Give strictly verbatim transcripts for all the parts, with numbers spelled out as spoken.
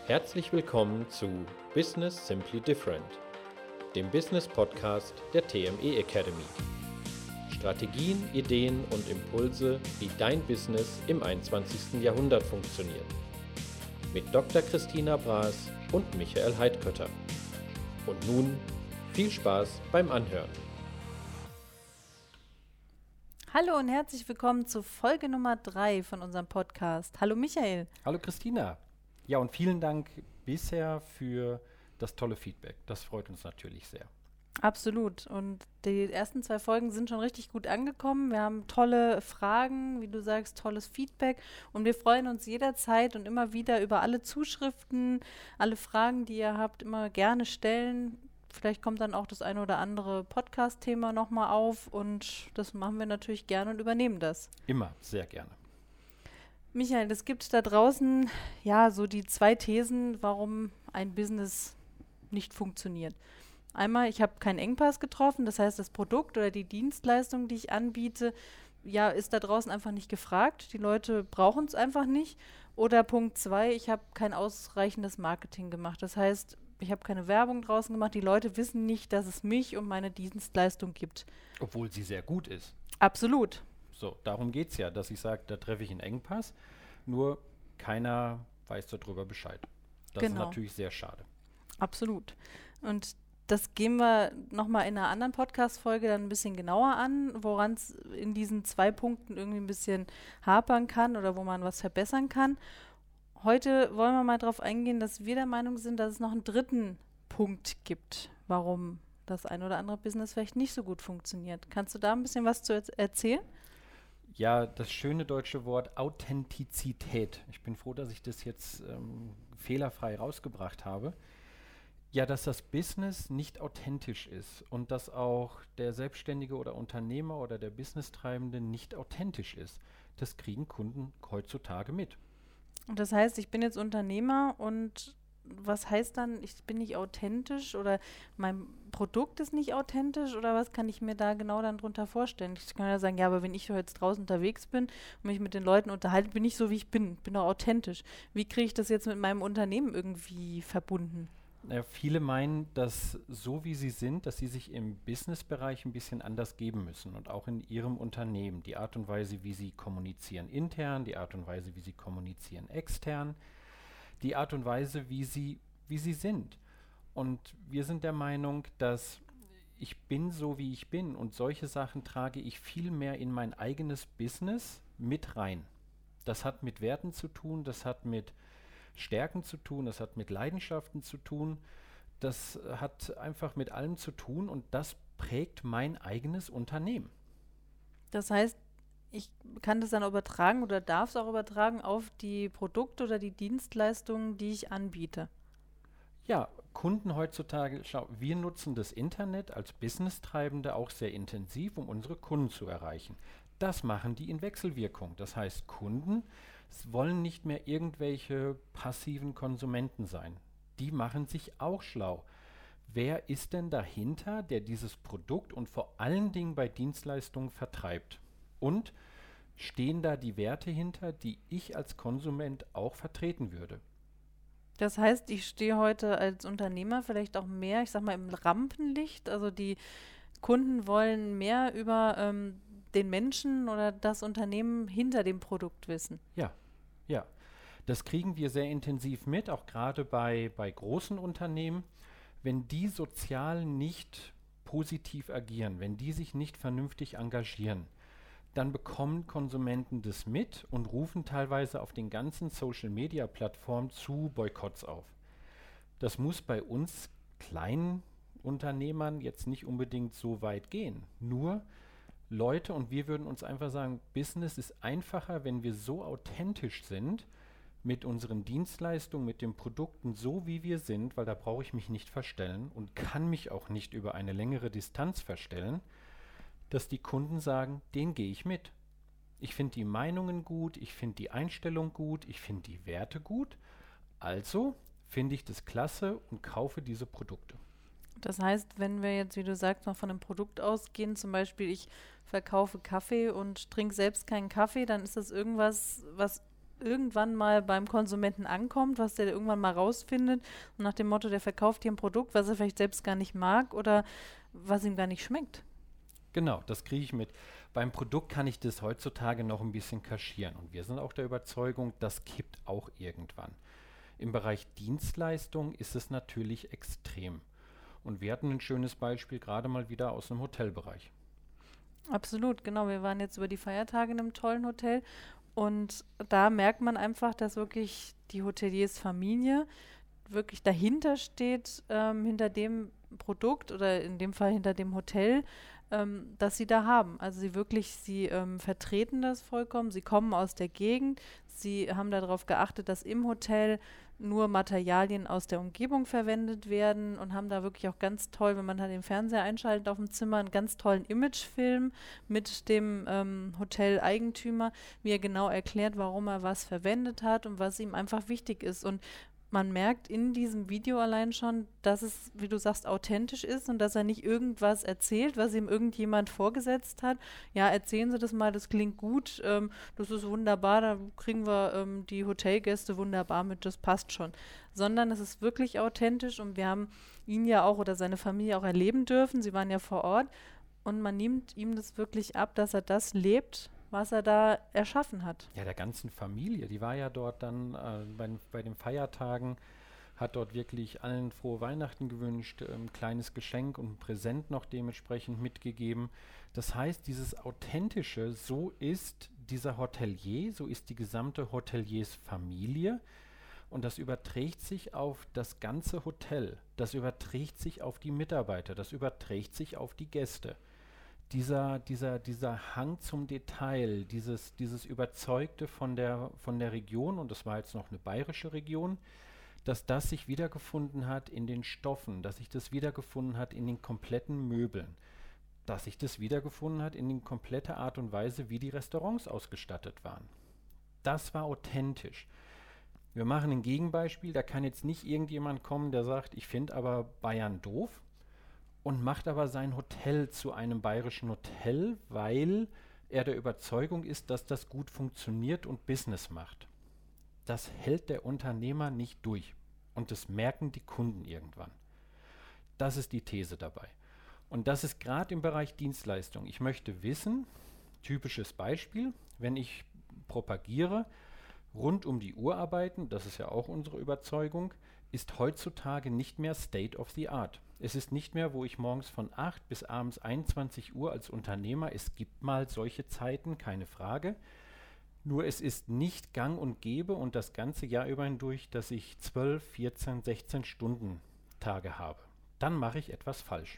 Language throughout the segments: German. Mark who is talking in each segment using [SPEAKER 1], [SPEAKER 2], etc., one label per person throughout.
[SPEAKER 1] Herzlich willkommen zu Business Simply Different, dem Business-Podcast der T M E Academy. Strategien, Ideen und Impulse, wie dein Business im einundzwanzigsten Jahrhundert funktioniert. Mit Doktor Christina Braas und Michael Heidkötter. Und nun viel Spaß beim Anhören.
[SPEAKER 2] Hallo und herzlich willkommen zu Folge Nummer drei von unserem Podcast. Hallo Michael.
[SPEAKER 3] Hallo Christina. Ja, und vielen Dank bisher für das tolle Feedback. Das freut uns natürlich sehr.
[SPEAKER 2] Absolut. Und die ersten zwei Folgen sind schon richtig gut angekommen. Wir haben tolle Fragen, wie du sagst, tolles Feedback. Und wir freuen uns jederzeit und immer wieder über alle Zuschriften, alle Fragen, die ihr habt, immer gerne stellen. Vielleicht kommt dann auch das eine oder andere Podcast-Thema nochmal auf. Und das machen wir natürlich gerne und übernehmen das.
[SPEAKER 3] Immer, sehr gerne.
[SPEAKER 2] Michael, es gibt da draußen ja so die zwei Thesen, warum ein Business nicht funktioniert. Einmal, ich habe keinen Engpass getroffen, das heißt, das Produkt oder die Dienstleistung, die ich anbiete, ja, ist da draußen einfach nicht gefragt. Die Leute brauchen es einfach nicht. Oder Punkt zwei, ich habe kein ausreichendes Marketing gemacht. Das heißt, ich habe keine Werbung draußen gemacht. Die Leute wissen nicht, dass es mich und meine Dienstleistung gibt.
[SPEAKER 3] Obwohl sie sehr gut ist.
[SPEAKER 2] Absolut.
[SPEAKER 3] So, darum geht es ja, dass ich sage, da treffe ich einen Engpass, nur keiner weiß darüber Bescheid. Das
[SPEAKER 2] Genau.
[SPEAKER 3] ist natürlich sehr schade.
[SPEAKER 2] Absolut. Und das gehen wir nochmal in einer anderen Podcast-Folge dann ein bisschen genauer an, woran es in diesen zwei Punkten irgendwie ein bisschen hapern kann oder wo man was verbessern kann. Heute wollen wir mal darauf eingehen, dass wir der Meinung sind, dass es noch einen dritten Punkt gibt, warum das ein oder andere Business vielleicht nicht so gut funktioniert. Kannst du da ein bisschen was zu er- erzählen?
[SPEAKER 3] Ja, das schöne deutsche Wort Authentizität. Ich bin froh, dass ich das jetzt ähm, fehlerfrei rausgebracht habe. Ja, dass das Business nicht authentisch ist und dass auch der Selbstständige oder Unternehmer oder der Business-Treibende nicht authentisch ist. Das kriegen Kunden heutzutage mit.
[SPEAKER 2] Und das heißt, ich bin jetzt Unternehmer und was heißt dann, ich bin nicht authentisch oder mein Produkt ist nicht authentisch oder was kann ich mir da genau dann drunter vorstellen? Ich kann ja sagen, ja, aber wenn ich jetzt draußen unterwegs bin und mich mit den Leuten unterhalte, bin ich so, wie ich bin, bin auch authentisch. Wie kriege ich das jetzt mit meinem Unternehmen irgendwie verbunden?
[SPEAKER 3] Ja, viele meinen, dass so wie sie sind, dass sie sich im Businessbereich ein bisschen anders geben müssen und auch in ihrem Unternehmen. Die Art und Weise, wie sie kommunizieren intern, die Art und Weise, wie sie kommunizieren extern, die Art und Weise, wie sie, wie sie sind. Und wir sind der Meinung, dass ich bin so, wie ich bin und solche Sachen trage ich viel mehr in mein eigenes Business mit rein. Das hat mit Werten zu tun, das hat mit Stärken zu tun, das hat mit Leidenschaften zu tun, das hat einfach mit allem zu tun und das prägt mein eigenes Unternehmen.
[SPEAKER 2] Das heißt, ich kann das dann übertragen oder darf es auch übertragen auf die Produkte oder die Dienstleistungen, die ich anbiete.
[SPEAKER 3] Ja, Kunden heutzutage, schau, wir nutzen das Internet als Business-Treibende auch sehr intensiv, um unsere Kunden zu erreichen. Das machen die in Wechselwirkung. Das heißt, Kunden wollen nicht mehr irgendwelche passiven Konsumenten sein. Die machen sich auch schlau. Wer ist denn dahinter, der dieses Produkt und vor allen Dingen bei Dienstleistungen vertreibt? Und stehen da die Werte hinter, die ich als Konsument auch vertreten würde?
[SPEAKER 2] Das heißt, ich stehe heute als Unternehmer vielleicht auch mehr, ich sag mal, im Rampenlicht. Also die Kunden wollen mehr über ähm, den Menschen oder das Unternehmen hinter dem Produkt wissen.
[SPEAKER 3] Ja, ja. Das kriegen wir sehr intensiv mit, auch gerade bei, bei großen Unternehmen. Wenn die sozial nicht positiv agieren, wenn die sich nicht vernünftig engagieren, dann bekommen Konsumenten das mit und rufen teilweise auf den ganzen Social-Media-Plattformen zu Boykotts auf. Das muss bei uns kleinen Unternehmern jetzt nicht unbedingt so weit gehen. Nur Leute, und wir würden uns einfach sagen, Business ist einfacher, wenn wir so authentisch sind mit unseren Dienstleistungen, mit den Produkten, so wie wir sind, weil da brauche ich mich nicht verstellen und kann mich auch nicht über eine längere Distanz verstellen, dass die Kunden sagen, den gehe ich mit. Ich finde die Meinungen gut, ich finde die Einstellung gut, ich finde die Werte gut. Also finde ich das klasse und kaufe diese Produkte.
[SPEAKER 2] Das heißt, wenn wir jetzt, wie du sagst, mal von einem Produkt ausgehen, zum Beispiel ich verkaufe Kaffee und trinke selbst keinen Kaffee, dann ist das irgendwas, was irgendwann mal beim Konsumenten ankommt, was der irgendwann mal rausfindet und nach dem Motto, der verkauft hier ein Produkt, was er vielleicht selbst gar nicht mag oder was ihm gar nicht schmeckt.
[SPEAKER 3] Genau, das kriege ich mit. Beim Produkt kann ich das heutzutage noch ein bisschen kaschieren und wir sind auch der Überzeugung, das kippt auch irgendwann. Im Bereich Dienstleistung ist es natürlich extrem. Und wir hatten ein schönes Beispiel gerade mal wieder aus dem Hotelbereich.
[SPEAKER 2] Absolut, genau. Wir waren jetzt über die Feiertage in einem tollen Hotel und da merkt man einfach, dass wirklich die Hoteliersfamilie wirklich dahinter steht, ähm, hinter dem Produkt oder in dem Fall hinter dem Hotel, ähm, das sie da haben. Also sie wirklich, sie ähm, vertreten das vollkommen, sie kommen aus der Gegend, sie haben darauf geachtet, dass im Hotel nur Materialien aus der Umgebung verwendet werden und haben da wirklich auch ganz toll, wenn man da den Fernseher einschaltet auf dem Zimmer, einen ganz tollen Imagefilm mit dem ähm, Hoteleigentümer, wie er genau erklärt, warum er was verwendet hat und was ihm einfach wichtig ist. Und man merkt in diesem Video allein schon, dass es, wie du sagst, authentisch ist und dass er nicht irgendwas erzählt, was ihm irgendjemand vorgesetzt hat. Ja, erzählen Sie das mal, das klingt gut, ähm, das ist wunderbar, da kriegen wir ähm, die Hotelgäste wunderbar mit, das passt schon. Sondern es ist wirklich authentisch und wir haben ihn ja auch oder seine Familie auch erleben dürfen, sie waren ja vor Ort und man nimmt ihm das wirklich ab, dass er das lebt, was er da erschaffen hat.
[SPEAKER 3] Ja, der ganzen Familie, die war ja dort dann äh, bei, bei den Feiertagen, hat dort wirklich allen frohe Weihnachten gewünscht, ein ähm, kleines Geschenk und ein Präsent noch dementsprechend mitgegeben. Das heißt, dieses Authentische, so ist dieser Hotelier, so ist die gesamte Hoteliersfamilie und das überträgt sich auf das ganze Hotel, das überträgt sich auf die Mitarbeiter, das überträgt sich auf die Gäste. Dieser, dieser, dieser Hang zum Detail, dieses, dieses Überzeugte von der, von der Region, und das war jetzt noch eine bayerische Region, dass das sich wiedergefunden hat in den Stoffen, dass sich das wiedergefunden hat in den kompletten Möbeln, dass sich das wiedergefunden hat in die komplette Art und Weise, wie die Restaurants ausgestattet waren. Das war authentisch. Wir machen ein Gegenbeispiel, da kann jetzt nicht irgendjemand kommen, der sagt, ich finde aber Bayern doof, und macht aber sein Hotel zu einem bayerischen Hotel, weil er der Überzeugung ist, dass das gut funktioniert und Business macht. Das hält der Unternehmer nicht durch und das merken die Kunden irgendwann. Das ist die These dabei. Und das ist gerade im Bereich Dienstleistung. Ich möchte wissen, typisches Beispiel, wenn ich propagiere, rund um die Uhr arbeiten, das ist ja auch unsere Überzeugung, ist heutzutage nicht mehr State of the Art. Es ist nicht mehr, wo ich morgens von acht bis abends einundzwanzig Uhr als Unternehmer, es gibt mal solche Zeiten, keine Frage, nur es ist nicht gang und gäbe und das ganze Jahr über hindurch, dass ich zwölf, vierzehn, sechzehn Stunden Tage habe. Dann mache ich etwas falsch.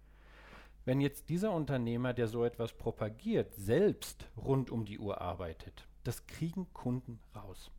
[SPEAKER 3] Wenn jetzt dieser Unternehmer, der so etwas propagiert, selbst rund um die Uhr arbeitet, das kriegen Kunden raus.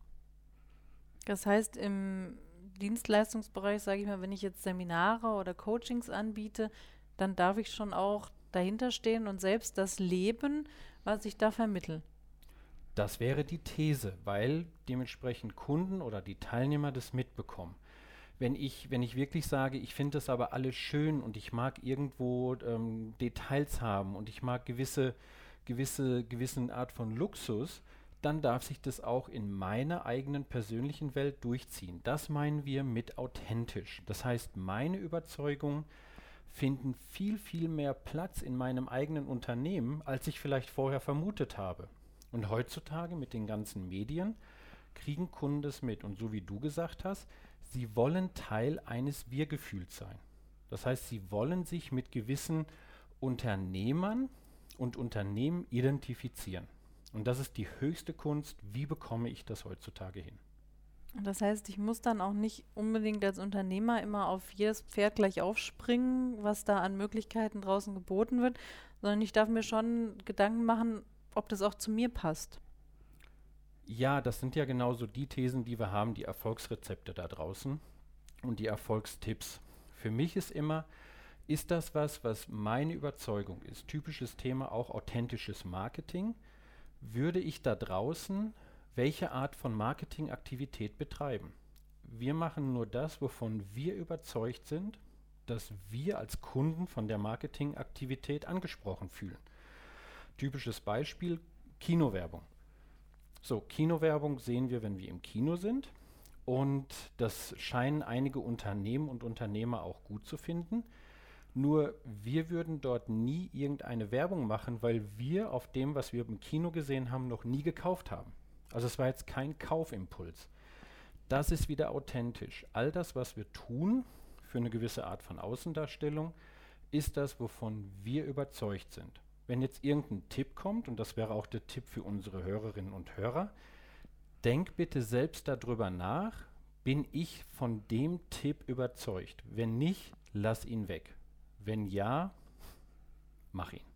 [SPEAKER 2] Das heißt, im Dienstleistungsbereich, sage ich mal, wenn ich jetzt Seminare oder Coachings anbiete, dann darf ich schon auch dahinter stehen und selbst das leben, was ich da vermittle.
[SPEAKER 3] Das wäre die These, weil dementsprechend Kunden oder die Teilnehmer das mitbekommen. Wenn ich, wenn ich wirklich sage, ich finde das aber alles schön und ich mag irgendwo ähm, Details haben und ich mag gewisse, gewisse, gewissen Art von Luxus, dann darf sich das auch in meiner eigenen persönlichen Welt durchziehen. Das meinen wir mit authentisch. Das heißt, meine Überzeugungen finden viel, viel mehr Platz in meinem eigenen Unternehmen, als ich vielleicht vorher vermutet habe. Und heutzutage mit den ganzen Medien kriegen Kunden das mit. Und so wie du gesagt hast, sie wollen Teil eines Wir-Gefühls sein. Das heißt, sie wollen sich mit gewissen Unternehmern und Unternehmen identifizieren. Und das ist die höchste Kunst. Wie bekomme ich das heutzutage hin?
[SPEAKER 2] Das heißt, ich muss dann auch nicht unbedingt als Unternehmer immer auf jedes Pferd gleich aufspringen, was da an Möglichkeiten draußen geboten wird, sondern ich darf mir schon Gedanken machen, ob das auch zu mir passt.
[SPEAKER 3] Ja, das sind ja genauso die Thesen, die wir haben, die Erfolgsrezepte da draußen und die Erfolgstipps. Für mich ist immer, ist das was, was meine Überzeugung ist? Typisches Thema auch authentisches Marketing. Würde ich da draußen welche Art von Marketingaktivität betreiben? Wir machen nur das, wovon wir überzeugt sind, dass wir als Kunden von der Marketingaktivität angesprochen fühlen. Typisches Beispiel, Kinowerbung. So, Kinowerbung sehen wir, wenn wir im Kino sind. Und das scheinen einige Unternehmen und Unternehmer auch gut zu finden. Nur wir würden dort nie irgendeine Werbung machen, weil wir auf dem, was wir im Kino gesehen haben, noch nie gekauft haben. Also es war jetzt kein Kaufimpuls. Das ist wieder authentisch. All das, was wir tun für eine gewisse Art von Außendarstellung, ist das, wovon wir überzeugt sind. Wenn jetzt irgendein Tipp kommt, und das wäre auch der Tipp für unsere Hörerinnen und Hörer, denk bitte selbst darüber nach, bin ich von dem Tipp überzeugt? Wenn nicht, lass ihn weg. Wenn ja, mach ihn.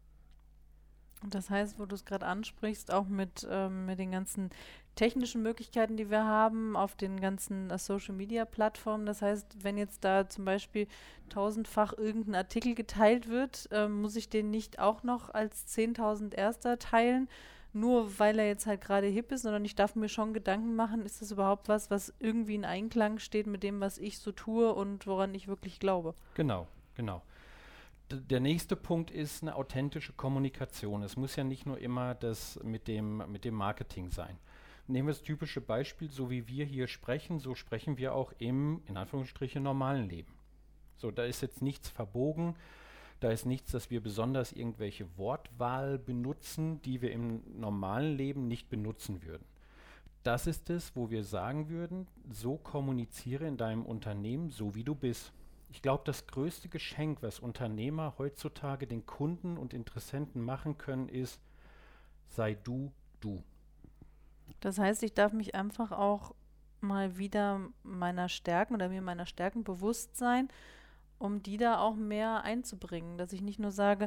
[SPEAKER 2] Und das heißt, wo du es gerade ansprichst, auch mit, ähm, mit den ganzen technischen Möglichkeiten, die wir haben, auf den ganzen äh, Social-Media-Plattformen. Das heißt, wenn jetzt da zum Beispiel tausendfach irgendein Artikel geteilt wird, ähm, muss ich den nicht auch noch als zehntausend Erster teilen, nur weil er jetzt halt gerade hip ist, sondern ich darf mir schon Gedanken machen, ist das überhaupt was, was irgendwie in Einklang steht mit dem, was ich so tue und woran ich wirklich glaube.
[SPEAKER 3] Genau, genau. D- Der nächste Punkt ist eine authentische Kommunikation. Es muss ja nicht nur immer das mit dem, mit dem Marketing sein. Nehmen wir das typische Beispiel, so wie wir hier sprechen, so sprechen wir auch im, in Anführungsstrichen, normalen Leben. So, da ist jetzt nichts verbogen, da ist nichts, dass wir besonders irgendwelche Wortwahl benutzen, die wir im normalen Leben nicht benutzen würden. Das ist es, wo wir sagen würden, so kommuniziere in deinem Unternehmen, so wie du bist. Ich glaube, das größte Geschenk, was Unternehmer heutzutage den Kunden und Interessenten machen können, ist, sei du, du.
[SPEAKER 2] Das heißt, ich darf mich einfach auch mal wieder meiner Stärken oder mir meiner Stärken bewusst sein, um die da auch mehr einzubringen. Dass ich nicht nur sage,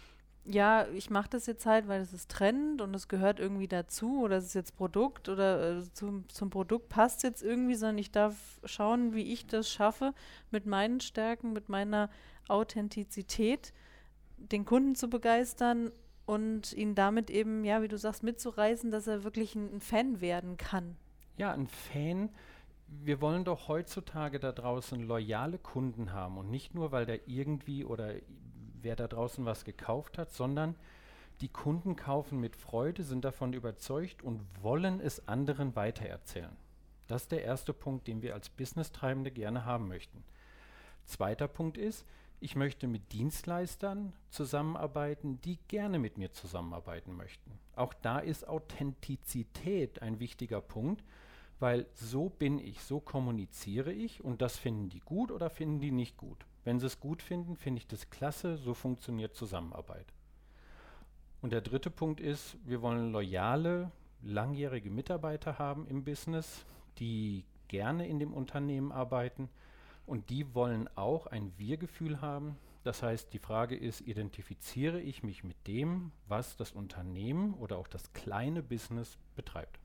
[SPEAKER 2] ja, ich mache das jetzt halt, weil es ist Trend und es gehört irgendwie dazu oder es ist jetzt Produkt oder äh, zum, zum Produkt passt jetzt irgendwie, sondern ich darf schauen, wie ich das schaffe, mit meinen Stärken, mit meiner Authentizität den Kunden zu begeistern und ihn damit eben, ja, wie du sagst, mitzureißen, dass er wirklich ein, ein Fan werden kann.
[SPEAKER 3] Ja, ein Fan. Wir wollen doch heutzutage da draußen loyale Kunden haben und nicht nur, weil der irgendwie oder wer da draußen was gekauft hat, sondern die Kunden kaufen mit Freude, sind davon überzeugt und wollen es anderen weitererzählen. Das ist der erste Punkt, den wir als Business-Treibende gerne haben möchten. Zweiter Punkt ist, ich möchte mit Dienstleistern zusammenarbeiten, die gerne mit mir zusammenarbeiten möchten. Auch da ist Authentizität ein wichtiger Punkt, weil so bin ich, so kommuniziere ich und das finden die gut oder finden die nicht gut. Wenn sie es gut finden, finde ich das klasse, so funktioniert Zusammenarbeit. Und der dritte Punkt ist, wir wollen loyale, langjährige Mitarbeiter haben im Business, die gerne in dem Unternehmen arbeiten und die wollen auch ein Wir-Gefühl haben. Das heißt, die Frage ist, identifiziere ich mich mit dem, was das Unternehmen oder auch das kleine Business betreibt?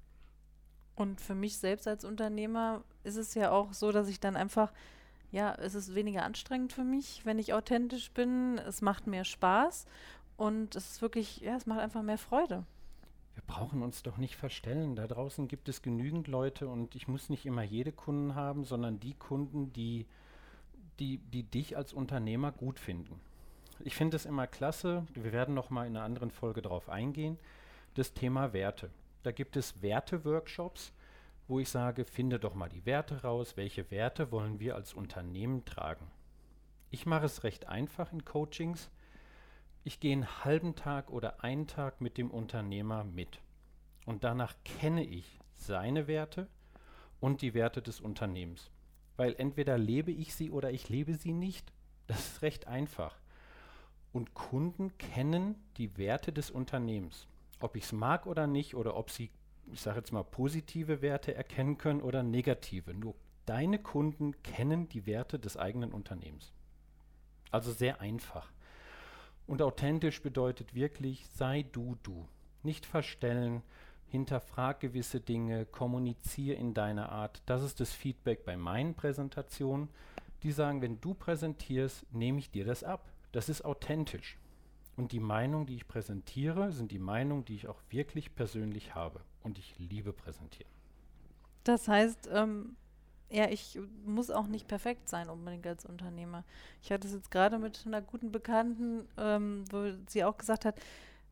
[SPEAKER 2] Und für mich selbst als Unternehmer ist es ja auch so, dass ich dann einfach, ja, es ist weniger anstrengend für mich, wenn ich authentisch bin. Es macht mehr Spaß und es ist wirklich, ja, es macht einfach mehr Freude.
[SPEAKER 3] Wir brauchen uns doch nicht verstellen. Da draußen gibt es genügend Leute und ich muss nicht immer jede Kunden haben, sondern die Kunden, die, die, die dich als Unternehmer gut finden. Ich finde es immer klasse, wir werden noch mal in einer anderen Folge drauf eingehen, das Thema Werte. Da gibt es Werte-Workshops, wo ich sage, finde doch mal die Werte raus, welche Werte wollen wir als Unternehmen tragen. Ich mache es recht einfach in Coachings. Ich gehe einen halben Tag oder einen Tag mit dem Unternehmer mit. Und danach kenne ich seine Werte und die Werte des Unternehmens. Weil entweder lebe ich sie oder ich lebe sie nicht. Das ist recht einfach. Und Kunden kennen die Werte des Unternehmens. Ob ich es mag oder nicht, oder ob sie, ich sage jetzt mal, positive Werte erkennen können oder negative. Nur deine Kunden kennen die Werte des eigenen Unternehmens. Also sehr einfach. Und authentisch bedeutet wirklich, sei du du. Nicht verstellen, hinterfrag gewisse Dinge, kommuniziere in deiner Art. Das ist das Feedback bei meinen Präsentationen. Die sagen, wenn du präsentierst, nehme ich dir das ab. Das ist authentisch. Und die Meinung, die ich präsentiere, sind die Meinungen, die ich auch wirklich persönlich habe. Und ich liebe präsentieren.
[SPEAKER 2] Das heißt, ähm, ja, ich muss auch nicht perfekt sein unbedingt als Unternehmer. Ich hatte es jetzt gerade mit einer guten Bekannten, ähm, wo sie auch gesagt hat,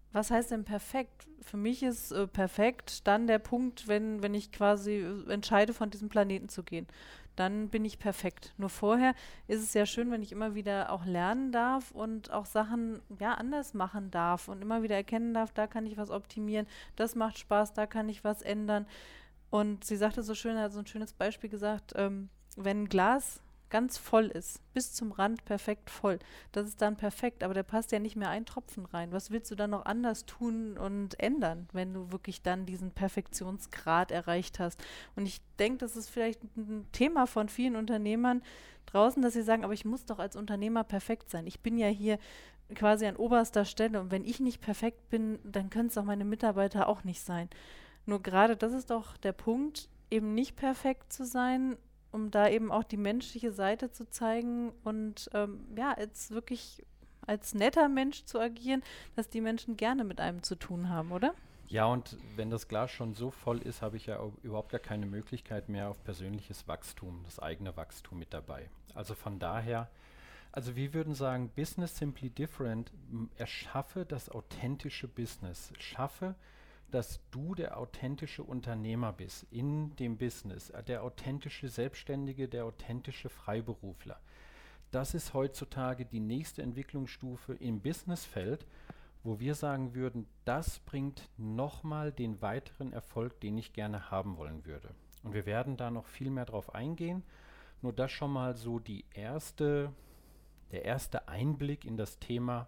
[SPEAKER 2] was heißt denn perfekt? Für mich ist äh, perfekt dann der Punkt, wenn, wenn ich quasi äh, entscheide, von diesem Planeten zu gehen. Dann bin ich perfekt. Nur vorher ist es ja schön, wenn ich immer wieder auch lernen darf und auch Sachen ja anders machen darf und immer wieder erkennen darf, da kann ich was optimieren, das macht Spaß, da kann ich was ändern. Und sie sagte so schön, hat so ein schönes Beispiel gesagt, ähm, wenn ein Glas ganz voll ist, bis zum Rand perfekt voll, das ist dann perfekt, aber da passt ja nicht mehr ein Tropfen rein. Was willst du dann noch anders tun und ändern, wenn du wirklich dann diesen Perfektionsgrad erreicht hast? Und ich denke, das ist vielleicht ein Thema von vielen Unternehmern draußen, dass sie sagen, aber ich muss doch als Unternehmer perfekt sein. Ich bin ja hier quasi an oberster Stelle und wenn ich nicht perfekt bin, dann können es auch meine Mitarbeiter auch nicht sein. Nur gerade das ist doch der Punkt, eben nicht perfekt zu sein, um da eben auch die menschliche Seite zu zeigen und ähm, ja, als wirklich als netter Mensch zu agieren, dass die Menschen gerne mit einem zu tun haben, oder?
[SPEAKER 3] Ja, und wenn das Glas schon so voll ist, habe ich ja auch überhaupt gar keine Möglichkeit mehr auf persönliches Wachstum, das eigene Wachstum mit dabei. Also von daher, also wir würden sagen, Business Simply Different, m- erschaffe das authentische Business, schaffe, dass du der authentische Unternehmer bist in dem Business, äh, der authentische Selbstständige, der authentische Freiberufler. Das ist heutzutage die nächste Entwicklungsstufe im Businessfeld, wo wir sagen würden, das bringt nochmal den weiteren Erfolg, den ich gerne haben wollen würde. Und wir werden da noch viel mehr drauf eingehen. Nur das schon mal so die erste, der erste Einblick in das Thema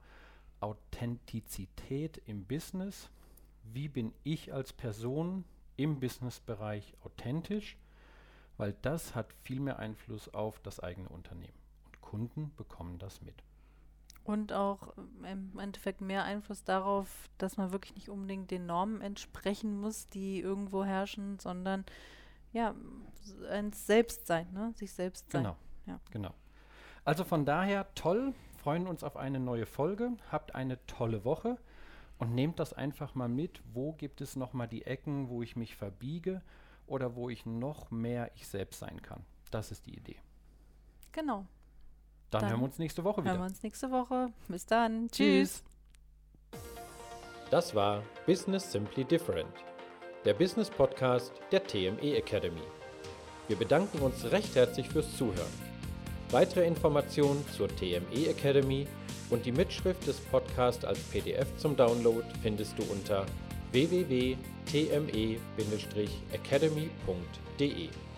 [SPEAKER 3] Authentizität im Business. Wie bin ich als Person im Businessbereich authentisch? Weil das hat viel mehr Einfluss auf das eigene Unternehmen. Und Kunden bekommen das mit.
[SPEAKER 2] Und auch ähm, im Endeffekt mehr Einfluss darauf, dass man wirklich nicht unbedingt den Normen entsprechen muss, die irgendwo herrschen, sondern ja, s- ein Selbstsein, ne? Sich selbst sein.
[SPEAKER 3] Genau,
[SPEAKER 2] Ja.
[SPEAKER 3] genau. Also von daher toll, freuen uns auf eine neue Folge, habt eine tolle Woche und nehmt das einfach mal mit, wo gibt es nochmal die Ecken, wo ich mich verbiege oder wo ich noch mehr ich selbst sein kann. Das ist die Idee.
[SPEAKER 2] Genau.
[SPEAKER 3] Dann,
[SPEAKER 2] Dann
[SPEAKER 3] hören wir uns nächste Woche
[SPEAKER 2] Hören
[SPEAKER 3] wieder.
[SPEAKER 2] wir uns nächste Woche. Bis dann. Tschüss.
[SPEAKER 1] Das war Business Simply Different, der Business-Podcast der T M E Academy. Wir bedanken uns recht herzlich fürs Zuhören. Weitere Informationen zur T M E Academy und die Mitschrift des Podcasts als P D F zum Download findest du unter w w w punkt t m e bindestrich academy punkt d e.